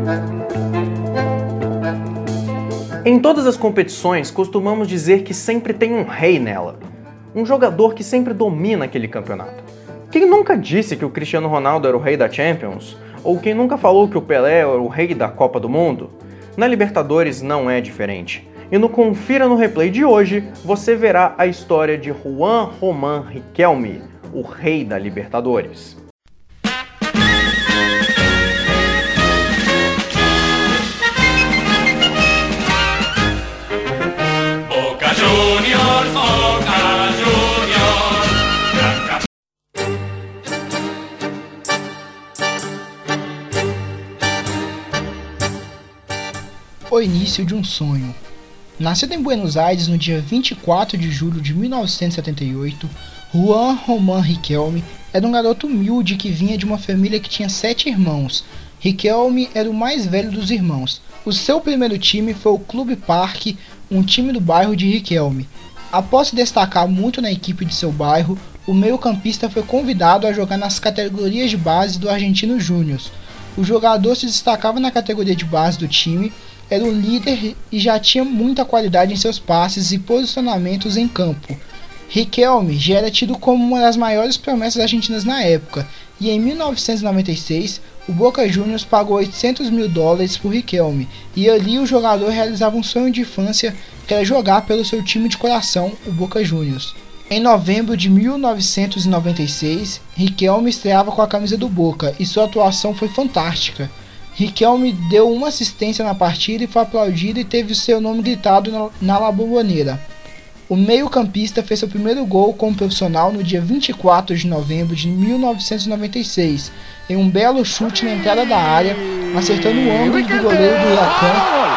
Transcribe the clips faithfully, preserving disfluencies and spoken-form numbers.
Em todas as competições, costumamos dizer que sempre tem um rei nela. Um jogador que sempre domina aquele campeonato. Quem nunca disse que o Cristiano Ronaldo era o rei da Champions? Ou quem nunca falou que o Pelé era o rei da Copa do Mundo? Na Libertadores não é diferente. E no Confira no Replay de hoje, você verá a história de Juan Román Riquelme, o rei da Libertadores. Boca Juniors, Boca Juniors. O início de um sonho. Nascido em Buenos Aires no dia vinte e quatro de julho de mil novecentos e setenta e oito, Juan Román Riquelme era um garoto humilde que vinha de uma família que tinha sete irmãos. Riquelme era o mais velho dos irmãos. O seu primeiro time foi o Clube Parque, um time do bairro de Riquelme. Após se destacar muito na equipe de seu bairro, o meio-campista foi convidado a jogar nas categorias de base do Argentinos Júniors. O jogador se destacava na categoria de base do time, era o líder e já tinha muita qualidade em seus passes e posicionamentos em campo. Riquelme já era tido como uma das maiores promessas argentinas na época, e em mil novecentos e noventa e seis o Boca Juniors pagou oitocentos mil dólares por Riquelme, e ali o jogador realizava um sonho de infância, que era jogar pelo seu time de coração, o Boca Juniors. Em novembro de mil novecentos e noventa e seis, Riquelme estreava com a camisa do Boca e sua atuação foi fantástica. Riquelme deu uma assistência na partida e foi aplaudido e teve seu nome gritado na, na La Bombonera. O meio-campista fez seu primeiro gol como profissional no dia vinte e quatro de novembro de mil novecentos e noventa e seis, em um belo chute na entrada da área, acertando o ângulo do goleiro do Huracán.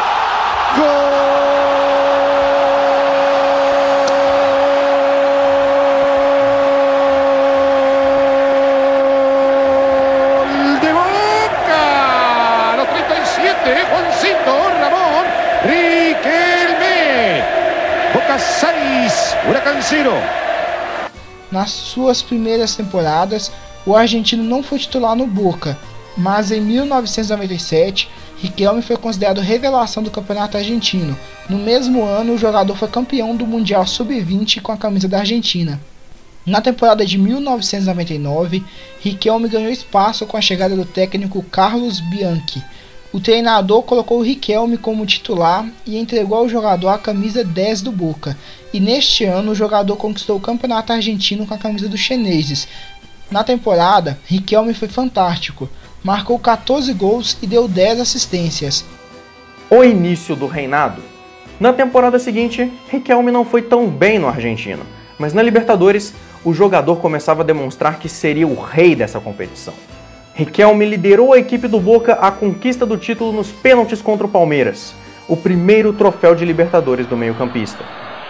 Nas suas primeiras temporadas, o argentino não foi titular no Boca, mas em mil novecentos e noventa e sete, Riquelme foi considerado revelação do campeonato argentino. No mesmo ano, o jogador foi campeão do Mundial sub vinte com a camisa da Argentina. Na temporada de mil novecentos e noventa e nove, Riquelme ganhou espaço com a chegada do técnico Carlos Bianchi. O treinador colocou o Riquelme como titular e entregou ao jogador a camisa dez do Boca. E neste ano o jogador conquistou o campeonato argentino com a camisa dos chineses. Na temporada, Riquelme foi fantástico. Marcou quatorze gols e deu dez assistências. O início do reinado. Na temporada seguinte, Riquelme não foi tão bem no argentino, mas na Libertadores, o jogador começava a demonstrar que seria o rei dessa competição. Riquelme liderou a equipe do Boca à conquista do título nos pênaltis contra o Palmeiras, o primeiro troféu de Libertadores do meio-campista.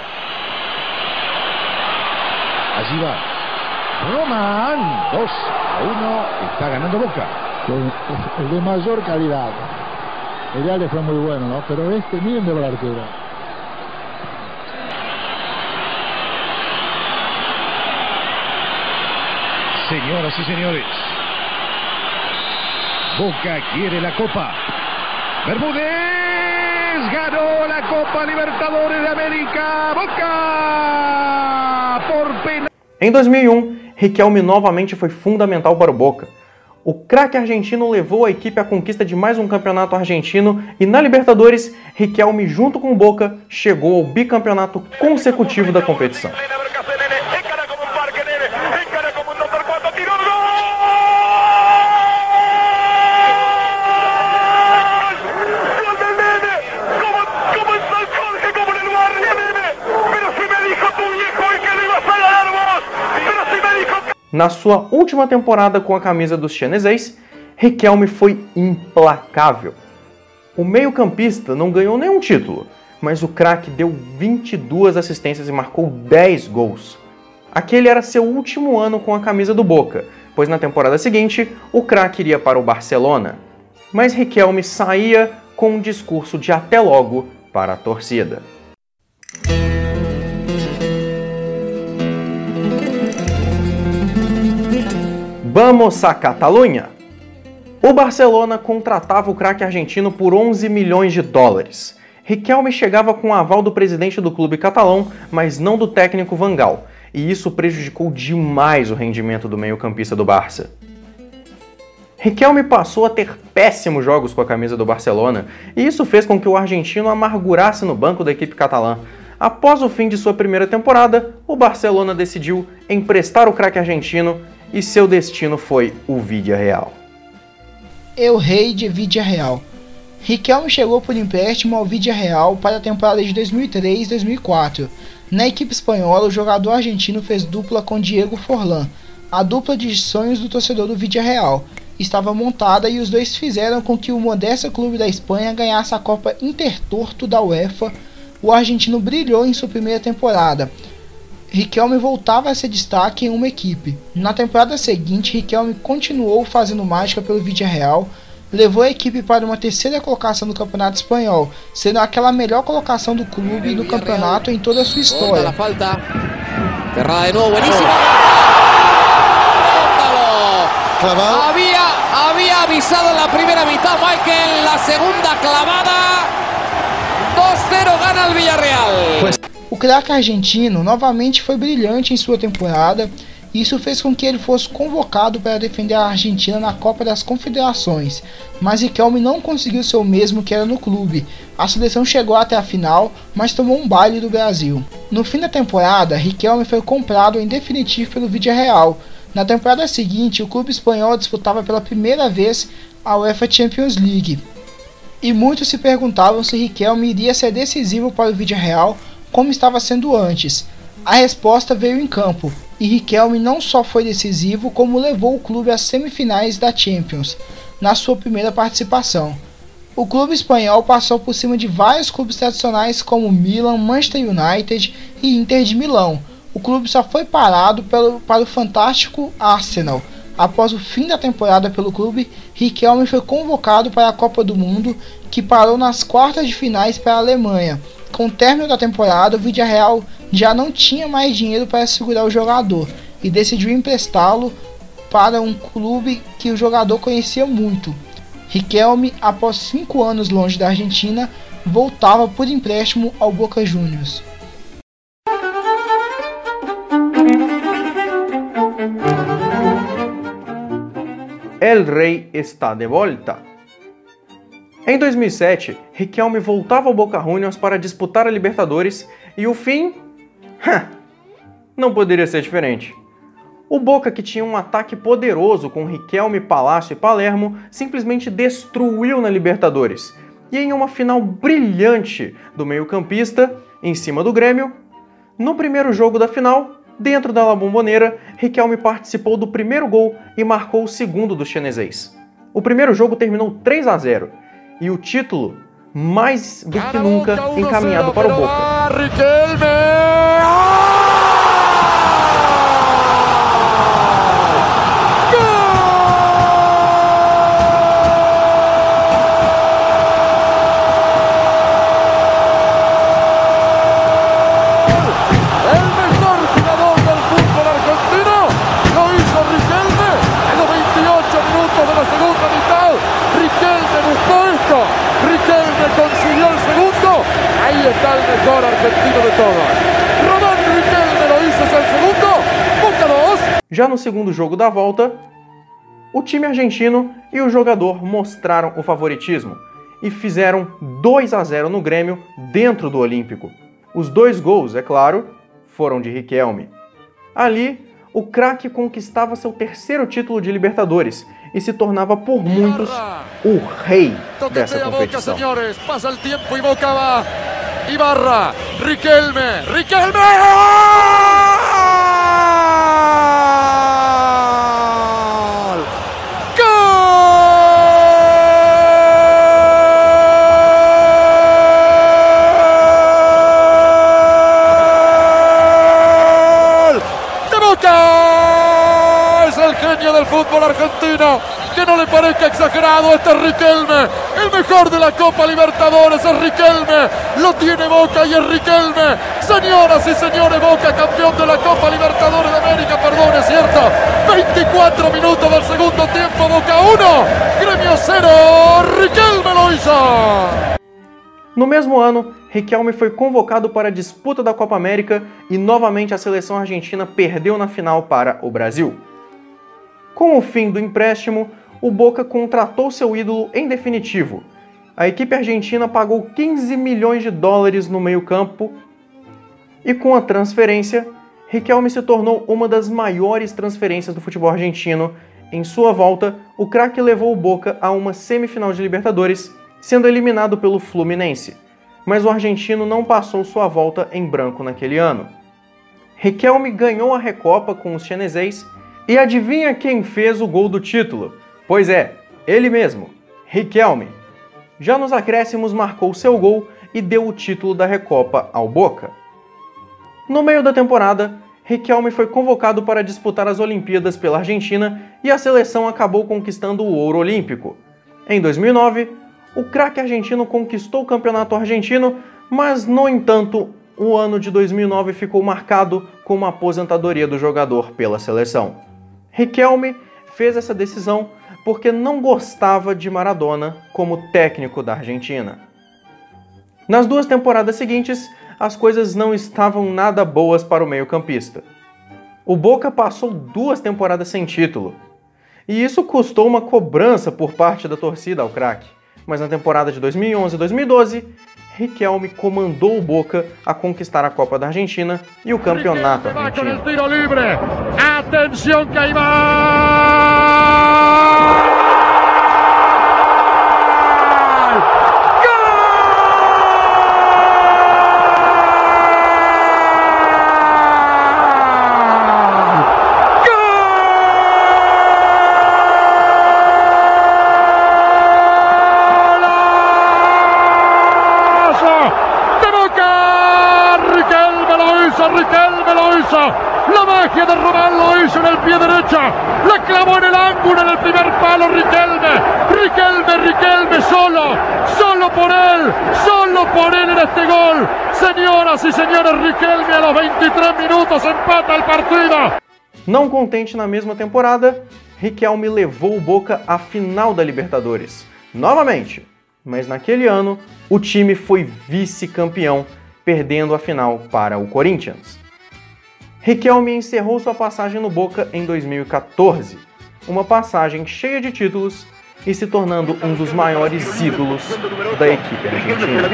Allí va Román, dos a uno, está ganando Boca. El de mayor calidad. El de Ale fue muy bueno, ¿no? Pero este, miren de la arquera. Señoras y señores, Boca quiere la Copa. Bermúdez ganó la Copa Libertadores de América. Boca por penal. Em dois mil e um, Riquelme novamente foi fundamental para o Boca. O craque argentino levou a equipe à conquista de mais um campeonato argentino e na Libertadores, Riquelme junto com o Boca chegou ao bicampeonato consecutivo da competição. Na sua última temporada com a camisa dos chineses, Riquelme foi implacável. O meio-campista não ganhou nenhum título, mas o craque deu vinte e duas assistências e marcou dez gols. Aquele era seu último ano com a camisa do Boca, pois na temporada seguinte o craque iria para o Barcelona. Mas Riquelme saía com um discurso de até logo para a torcida. Vamos a Catalunha! O Barcelona contratava o craque argentino por onze milhões de dólares. Riquelme chegava com o aval do presidente do clube catalão, mas não do técnico Van Gaal, e isso prejudicou demais o rendimento do meio-campista do Barça. Riquelme passou a ter péssimos jogos com a camisa do Barcelona, e isso fez com que o argentino amargurasse no banco da equipe catalã. Após o fim de sua primeira temporada, o Barcelona decidiu emprestar o craque argentino e seu destino foi o Villarreal. El Rei de Villarreal. Riquelme chegou por empréstimo ao Villarreal para a temporada de dois mil e três dois mil e quatro. Na equipe espanhola, o jogador argentino fez dupla com Diego Forlán, a dupla de sonhos do torcedor do Villarreal. Estava montada e os dois fizeram com que o modesto clube da Espanha ganhasse a Copa Intertorto da UEFA. O argentino brilhou em sua primeira temporada. Riquelme voltava a ser destaque em uma equipe. Na temporada seguinte, Riquelme continuou fazendo mágica pelo Villarreal, levou a equipe para uma terceira colocação do Campeonato Espanhol, sendo aquela melhor colocação do clube no campeonato em toda a sua história. Había, había avisado en la primera mitad Michael, la segunda clavada, dois a zero gana o Villarreal. O craque argentino novamente foi brilhante em sua temporada, e isso fez com que ele fosse convocado para defender a Argentina na Copa das Confederações, mas Riquelme não conseguiu ser o mesmo que era no clube. A seleção chegou até a final, mas tomou um baile do Brasil. No fim da temporada, Riquelme foi comprado em definitivo pelo Villarreal. Na temporada seguinte, o clube espanhol disputava pela primeira vez a UEFA Champions League. E muitos se perguntavam se Riquelme iria ser decisivo para o Villarreal como estava sendo antes. A resposta veio em campo, e Riquelme não só foi decisivo, como levou o clube às semifinais da Champions, na sua primeira participação. O clube espanhol passou por cima de vários clubes tradicionais como Milan, Manchester United e Inter de Milão. O clube só foi parado pelo, para o fantástico Arsenal. Após o fim da temporada pelo clube, Riquelme foi convocado para a Copa do Mundo, que parou nas quartas de finais para a Alemanha. Com o término da temporada, o Villarreal já não tinha mais dinheiro para segurar o jogador e decidiu emprestá-lo para um clube que o jogador conhecia muito. Riquelme, após cinco anos longe da Argentina, voltava por empréstimo ao Boca Juniors. El Rey está de volta. Em dois mil e sete, Riquelme voltava ao Boca Juniors para disputar a Libertadores e o fim... não poderia ser diferente. O Boca, que tinha um ataque poderoso com Riquelme, Palácio e Palermo, simplesmente destruiu na Libertadores. E em uma final brilhante do meio-campista, em cima do Grêmio, no primeiro jogo da final, dentro da La Bombonera, Riquelme participou do primeiro gol e marcou o segundo dos chineses. O primeiro jogo terminou três a zero e o título, mais do que nunca, encaminhado para o Boca. Já no segundo jogo da volta, o time argentino e o jogador mostraram o favoritismo e fizeram dois a zero no Grêmio dentro do Olímpico. Os dois gols, é claro, foram de Riquelme. Ali, o craque conquistava seu terceiro título de Libertadores e se tornava por muitos o rei dessa competição. Passa o tempo e Boca va. Ibarra, Riquelme, Riquelme! Fútbol argentino que no le parezca exagerado, este es Riquelme, el mejor de la Copa Libertadores es Riquelme, lo tiene Boca y es Riquelme. Señoras y señores, Boca campeón de la Copa Libertadores de América, perdón, es cierto, veinticuatro minutos del segundo tiempo, Boca uno, Gremio cero, Riquelme lo hizo. No mesmo ano, Riquelme foi convocado para a disputa da Copa América e novamente a seleção argentina perdeu na final para o Brasil. Com o fim do empréstimo, o Boca contratou seu ídolo em definitivo. A equipe argentina pagou quinze milhões de dólares no meio-campo e com a transferência, Riquelme se tornou uma das maiores transferências do futebol argentino. Em sua volta, o craque levou o Boca a uma semifinal de Libertadores, sendo eliminado pelo Fluminense, mas o argentino não passou sua volta em branco naquele ano. Riquelme ganhou a Recopa com os Xenezés e adivinha quem fez o gol do título? Pois é, ele mesmo, Riquelme. Já nos acréscimos marcou seu gol e deu o título da Recopa ao Boca. No meio da temporada, Riquelme foi convocado para disputar as Olimpíadas pela Argentina e a seleção acabou conquistando o ouro olímpico. Em dois mil e nove, o craque argentino conquistou o campeonato argentino, mas, no entanto, o ano de dois mil e nove ficou marcado com uma aposentadoria do jogador pela seleção. Riquelme fez essa decisão porque não gostava de Maradona como técnico da Argentina. Nas duas temporadas seguintes, as coisas não estavam nada boas para o meio-campista. O Boca passou duas temporadas sem título, e isso custou uma cobrança por parte da torcida ao craque. Mas na temporada de dois mil e onze e dois mil e doze, Riquelme comandou o Boca a conquistar a Copa da Argentina e o campeonato argentino. Atenção que aí vai! Riquelme lo hizo, la magia de Román lo hizo en el pie derecho, la clavó en el ángulo en el primer palo Riquelme, Riquelme, Riquelme solo, solo por él, solo por él en este gol. Señoras y señores, Riquelme a los veintitrés minutos empata el partido. Não contente na mesma temporada, Riquelme levou o Boca à final da Libertadores, novamente, mas naquele ano o time foi vice-campeão, perdendo a final para o Corinthians. Riquelme encerrou sua passagem no Boca em dois mil e quatorze, uma passagem cheia de títulos e se tornando um dos maiores ídolos da equipe argentina.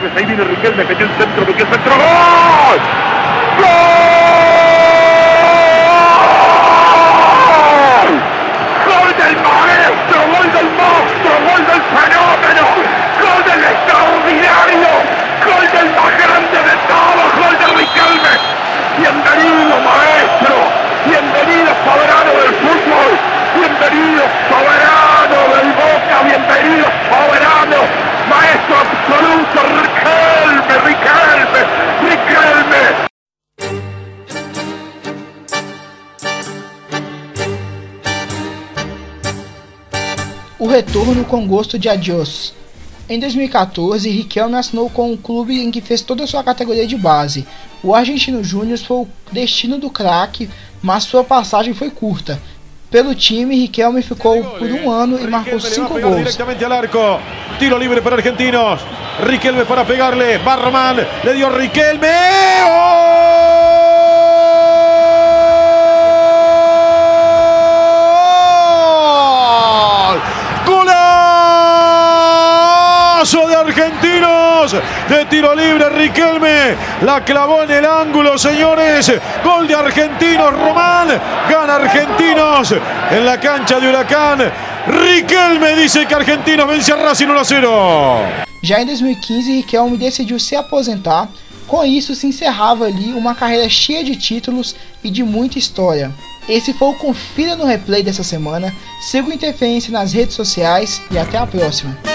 ¡Gol del maestro! ¡Gol del monstruo! ¡Gol del fenómeno! ¡Gol del extraordinario! ¡Gol del más grande de todos! ¡Gol de Riquelme! ¡Bienvenido, maestro! ¡Bienvenido, soberano del fútbol! ¡Bienvenido, soberano del Boca! ¡Bienvenido, soberano! ¡Maestro absoluto! ¡Riquelme! ¡Riquelme! ¡Riquelme! O retorno com gosto de adiós. Em dois mil e quatorze, Riquelme assinou com um clube em que fez toda a sua categoria de base. O Argentino Júnior foi o destino do craque, mas sua passagem foi curta. Pelo time, Riquelme ficou por um ano e marcou cinco gols. Directamente al arco. Tiro libre para Argentinos. Riquelme para pegarle. Va Román. Le dio Riquelme. De Argentinos, de tiro libre Riquelme, la clavó en el ángulo, señores, gol de Argentinos, Román, gana Argentinos en la cancha de Huracán. Riquelme dice que Argentinos vence a Racing uno a cero. Já em dois mil e quinze, Riquelme decidiu se aposentar. Com isso, se encerrava ali uma carreira cheia de títulos e de muita história. Esse foi o Confira no Replay dessa semana. Siga o Interferência nas redes sociais e até a próxima.